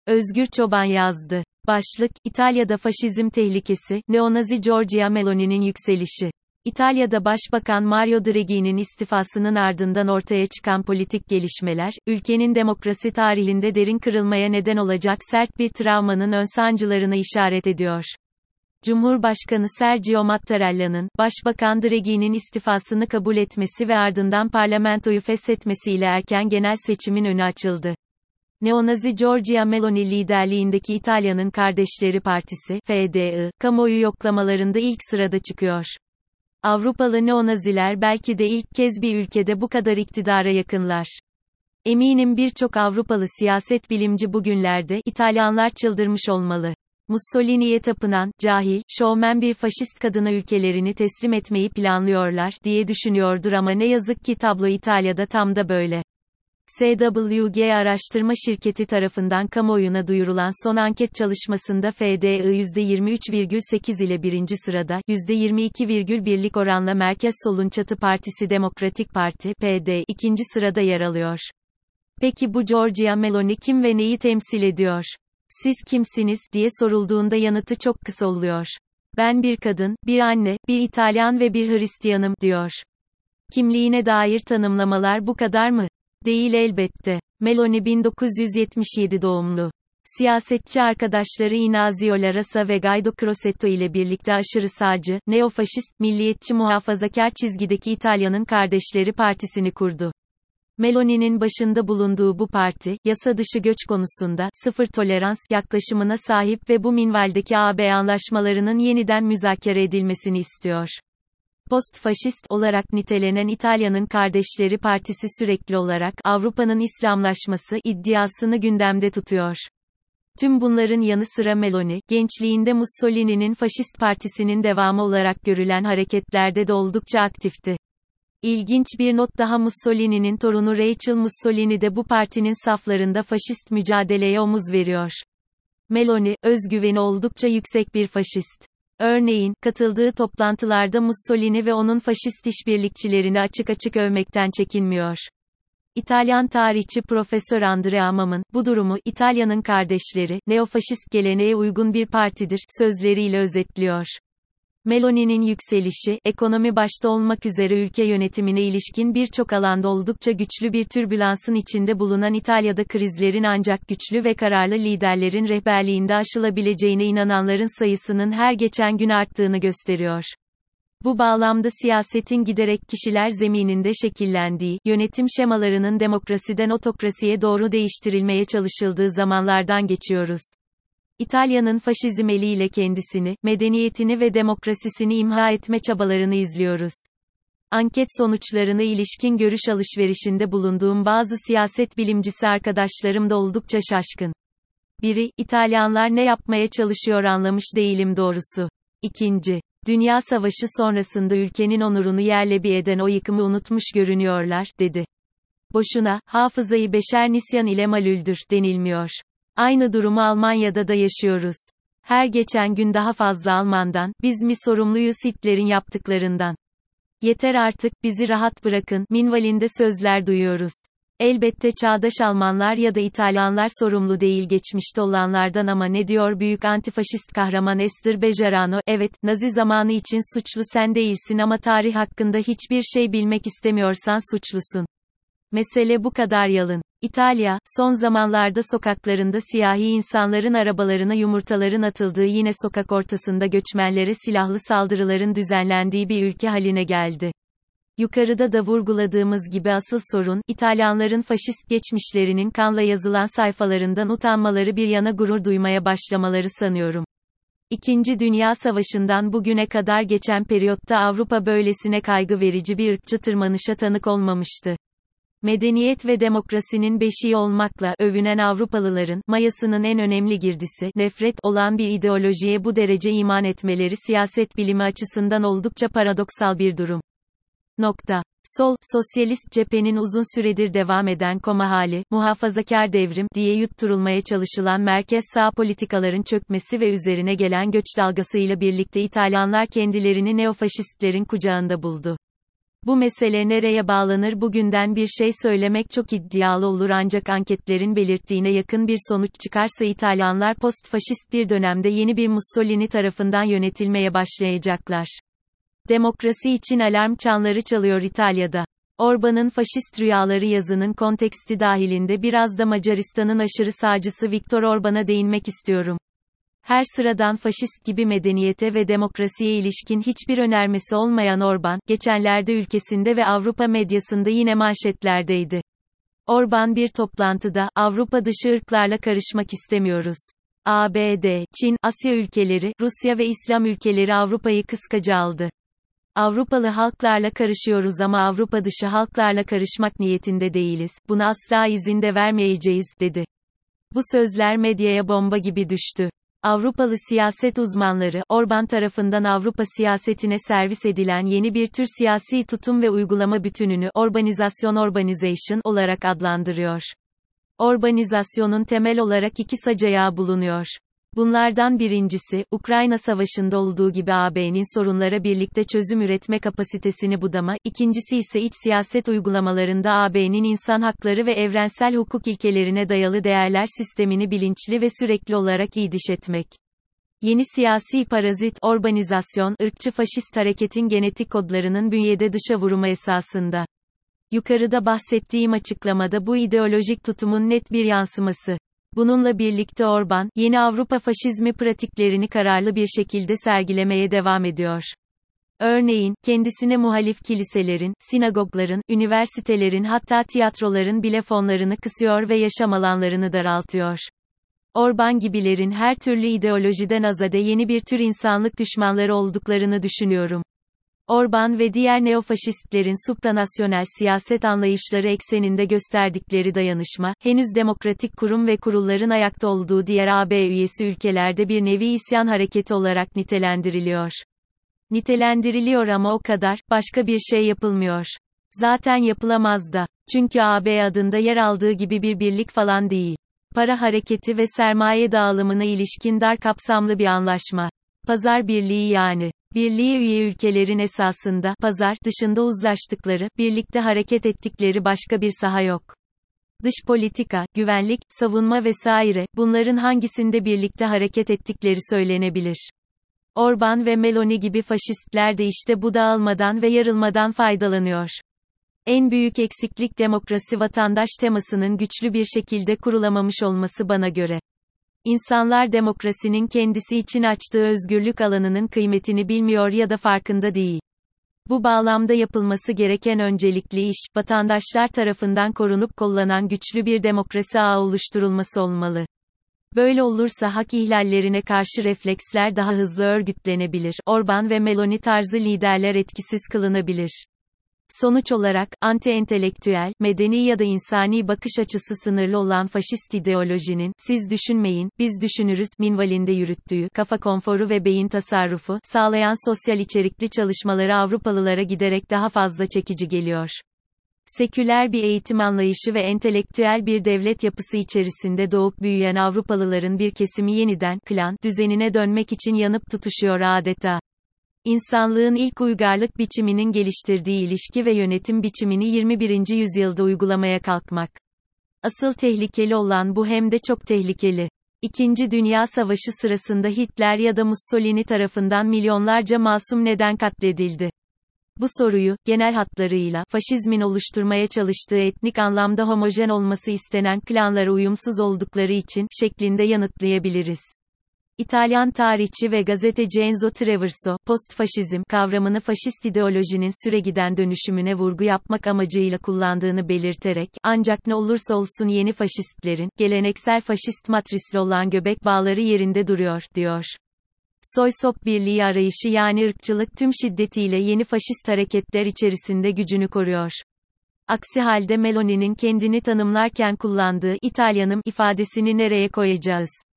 Özgür Çoban yazdı. Başlık, İtalya'da faşizm tehlikesi, neonazi Giorgia Meloni'nin yükselişi. İtalya'da Başbakan Mario Draghi'nin istifasının ardından ortaya çıkan politik gelişmeler, ülkenin demokrasi tarihinde derin kırılmaya neden olacak sert bir travmanın ön sancılarına işaret ediyor. Cumhurbaşkanı Sergio Mattarella'nın, Başbakan Draghi'nin istifasını kabul etmesi ve ardından parlamentoyu feshetmesiyle erken genel seçimin önü açıldı. Neonazi Giorgia Meloni liderliğindeki İtalya'nın Kardeşleri Partisi, FDI, kamuoyu yoklamalarında ilk sırada çıkıyor. Avrupalı neonaziler belki de ilk kez bir ülkede bu kadar iktidara yakınlar. Eminim birçok Avrupalı siyaset bilimci bugünlerde, İtalyanlar çıldırmış olmalı. Mussolini'ye tapınan, cahil, şovmen bir faşist kadına ülkelerini teslim etmeyi planlıyorlar, diye düşünüyordur ama ne yazık ki tablo İtalya'da tam da böyle. SWG araştırma şirketi tarafından kamuoyuna duyurulan son anket çalışmasında FDI %23,8 ile birinci sırada, %22,1'lik oranla Merkez Sol'un çatı partisi Demokratik Parti, PD, ikinci sırada yer alıyor. Peki bu Giorgia Meloni kim ve neyi temsil ediyor? Siz kimsiniz, diye sorulduğunda yanıtı çok kısa oluyor. Ben bir kadın, bir anne, bir İtalyan ve bir Hristiyanım, diyor. Kimliğine dair tanımlamalar bu kadar mı? Değil elbette. Meloni 1977 doğumlu. Siyasetçi arkadaşları Ignazio La Rasa ve Guido Crosetto ile birlikte aşırı sağcı, neofaşist, milliyetçi muhafazakar çizgideki İtalya'nın Kardeşleri Partisi'ni kurdu. Meloni'nin başında bulunduğu bu parti, yasa dışı göç konusunda, sıfır tolerans yaklaşımına sahip ve bu minvaldeki AB anlaşmalarının yeniden müzakere edilmesini istiyor. Post-faşist olarak nitelenen İtalya'nın Kardeşleri Partisi sürekli olarak Avrupa'nın İslamlaşması iddiasını gündemde tutuyor. Tüm bunların yanı sıra Meloni, gençliğinde Mussolini'nin faşist partisinin devamı olarak görülen hareketlerde de oldukça aktifti. İlginç bir not daha, Mussolini'nin torunu Rachel Mussolini de bu partinin saflarında faşist mücadeleye omuz veriyor. Meloni, özgüveni oldukça yüksek bir faşist. Örneğin, katıldığı toplantılarda Mussolini ve onun faşist işbirlikçilerini açık açık övmekten çekinmiyor. İtalyan tarihçi Profesör Andrea Mam'ın, bu durumu, İtalya'nın Kardeşleri, neofaşist geleneğe uygun bir partidir, sözleriyle özetliyor. Meloni'nin yükselişi, ekonomi başta olmak üzere ülke yönetimine ilişkin birçok alanda oldukça güçlü bir türbülansın içinde bulunan İtalya'da krizlerin ancak güçlü ve kararlı liderlerin rehberliğinde aşılabileceğine inananların sayısının her geçen gün arttığını gösteriyor. Bu bağlamda siyasetin giderek kişiler zemininde şekillendiği, yönetim şemalarının demokrasiden otokrasiye doğru değiştirilmeye çalışıldığı zamanlardan geçiyoruz. İtalya'nın faşizm eliyle kendisini, medeniyetini ve demokrasisini imha etme çabalarını izliyoruz. Anket sonuçlarına ilişkin görüş alışverişinde bulunduğum bazı siyaset bilimcisi arkadaşlarım da oldukça şaşkın. Biri, İtalyanlar ne yapmaya çalışıyor anlamış değilim doğrusu. İkinci, Dünya Savaşı sonrasında ülkenin onurunu yerle bir eden o yıkımı unutmuş görünüyorlar, dedi. Boşuna, hafızayı beşer nisyan ile malüldür, denilmiyor. Aynı durumu Almanya'da da yaşıyoruz. Her geçen gün daha fazla Almandan, biz mi sorumluyuz Hitler'in yaptıklarından? Yeter artık, bizi rahat bırakın, minvalinde sözler duyuyoruz. Elbette çağdaş Almanlar ya da İtalyanlar sorumlu değil geçmişte olanlardan ama ne diyor büyük antifaşist kahraman Esther Bejarano, evet, Nazi zamanı için suçlu sen değilsin ama tarih hakkında hiçbir şey bilmek istemiyorsan suçlusun. Mesele bu kadar yalın. İtalya, son zamanlarda sokaklarında siyahi insanların arabalarına yumurtaların atıldığı yine sokak ortasında göçmenlere silahlı saldırıların düzenlendiği bir ülke haline geldi. Yukarıda da vurguladığımız gibi asıl sorun, İtalyanların faşist geçmişlerinin kanla yazılan sayfalarından utanmaları bir yana gurur duymaya başlamaları sanıyorum. İkinci Dünya Savaşı'ndan bugüne kadar geçen periyotta Avrupa böylesine kaygı verici bir ırkçı tırmanışa tanık olmamıştı. Medeniyet ve demokrasinin beşiği olmakla övünen Avrupalıların, mayasının en önemli girdisi, nefret olan bir ideolojiye bu derece iman etmeleri siyaset bilimi açısından oldukça paradoksal bir durum. Sol, sosyalist cephenin uzun süredir devam eden koma hali, muhafazakar devrim, diye yutturulmaya çalışılan merkez sağ politikaların çökmesi ve üzerine gelen göç dalgasıyla birlikte İtalyanlar kendilerini neofaşistlerin kucağında buldu. Bu mesele nereye bağlanır bugünden bir şey söylemek çok iddialı olur ancak anketlerin belirttiğine yakın bir sonuç çıkarsa İtalyanlar post-faşist bir dönemde yeni bir Mussolini tarafından yönetilmeye başlayacaklar. Demokrasi için alarm çanları çalıyor İtalya'da. Orbán'ın faşist rüyaları yazının konteksti dahilinde biraz da Macaristan'ın aşırı sağcısı Viktor Orbán'a değinmek istiyorum. Her sıradan faşist gibi medeniyete ve demokrasiye ilişkin hiçbir önermesi olmayan Orbán, geçenlerde ülkesinde ve Avrupa medyasında yine manşetlerdeydi. Orbán bir toplantıda, Avrupa dışı ırklarla karışmak istemiyoruz. ABD, Çin, Asya ülkeleri, Rusya ve İslam ülkeleri Avrupa'yı kıskaca aldı. Avrupalı halklarla karışıyoruz ama Avrupa dışı halklarla karışmak niyetinde değiliz, buna asla izin de vermeyeceğiz, dedi. Bu sözler medyaya bomba gibi düştü. Avrupalı siyaset uzmanları, Orbán tarafından Avrupa siyasetine servis edilen yeni bir tür siyasi tutum ve uygulama bütününü Organization olarak adlandırıyor. Orbanizasyonun temel olarak iki sacayağı bulunuyor. Bunlardan birincisi, Ukrayna Savaşı'nda olduğu gibi AB'nin sorunlara birlikte çözüm üretme kapasitesini budama, ikincisi ise iç siyaset uygulamalarında AB'nin insan hakları ve evrensel hukuk ilkelerine dayalı değerler sistemini bilinçli ve sürekli olarak iyiliş etmek. Yeni siyasi parazit, Orbanizasyon, ırkçı faşist hareketin genetik kodlarının bünyede dışa vurumu esasında. Yukarıda bahsettiğim açıklamada bu ideolojik tutumun net bir yansıması. Bununla birlikte Orbán, yeni Avrupa faşizmi pratiklerini kararlı bir şekilde sergilemeye devam ediyor. Örneğin, kendisine muhalif kiliselerin, sinagogların, üniversitelerin hatta tiyatroların bile fonlarını kısıyor ve yaşam alanlarını daraltıyor. Orbán gibilerin her türlü ideolojiden azade yeni bir tür insanlık düşmanları olduklarını düşünüyorum. Orbán ve diğer neofaşistlerin supranasyonel siyaset anlayışları ekseninde gösterdikleri dayanışma, henüz demokratik kurum ve kurulların ayakta olduğu diğer AB üyesi ülkelerde bir nevi isyan hareketi olarak nitelendiriliyor. Nitelendiriliyor ama o kadar, başka bir şey yapılmıyor. Zaten yapılamaz da. Çünkü AB adında yer aldığı gibi bir birlik falan değil. Para hareketi ve sermaye dağılımına ilişkin dar kapsamlı bir anlaşma. Pazar birliği yani. Birliğe üye ülkelerin esasında, pazar, dışında uzlaştıkları, birlikte hareket ettikleri başka bir saha yok. Dış politika, güvenlik, savunma vesaire, bunların hangisinde birlikte hareket ettikleri söylenebilir. Orbán ve Meloni gibi faşistler de işte bu dağılmadan ve yarılmadan faydalanıyor. En büyük eksiklik demokrasi vatandaş temasının güçlü bir şekilde kurulamamış olması bana göre. İnsanlar demokrasinin kendisi için açtığı özgürlük alanının kıymetini bilmiyor ya da farkında değil. Bu bağlamda yapılması gereken öncelikli iş, vatandaşlar tarafından korunup kollanan güçlü bir demokrasi ağı oluşturulması olmalı. Böyle olursa hak ihlallerine karşı refleksler daha hızlı örgütlenebilir, Orbán ve Meloni tarzı liderler etkisiz kılınabilir. Sonuç olarak, anti-entelektüel, medeni ya da insani bakış açısı sınırlı olan faşist ideolojinin, siz düşünmeyin, biz düşünürüz, minvalinde yürüttüğü, kafa konforu ve beyin tasarrufu, sağlayan sosyal içerikli çalışmaları Avrupalılara giderek daha fazla çekici geliyor. Seküler bir eğitim anlayışı ve entelektüel bir devlet yapısı içerisinde doğup büyüyen Avrupalıların bir kesimi yeniden, klan, düzenine dönmek için yanıp tutuşuyor adeta. İnsanlığın ilk uygarlık biçiminin geliştirdiği ilişki ve yönetim biçimini 21. yüzyılda uygulamaya kalkmak. Asıl tehlikeli olan bu hem de çok tehlikeli. İkinci Dünya Savaşı sırasında Hitler ya da Mussolini tarafından milyonlarca masum neden katledildi? Bu soruyu, genel hatlarıyla, faşizmin oluşturmaya çalıştığı etnik anlamda homojen olması istenen klanlara uyumsuz oldukları için, şeklinde yanıtlayabiliriz. İtalyan tarihçi ve gazeteci Enzo Traverso, postfaşizm kavramını faşist ideolojinin süregiden dönüşümüne vurgu yapmak amacıyla kullandığını belirterek, ancak ne olursa olsun yeni faşistlerin, geleneksel faşist matrisli olan göbek bağları yerinde duruyor, diyor. Soy-sop birliği arayışı yani ırkçılık tüm şiddetiyle yeni faşist hareketler içerisinde gücünü koruyor. Aksi halde Meloni'nin kendini tanımlarken kullandığı İtalyanım ifadesini nereye koyacağız?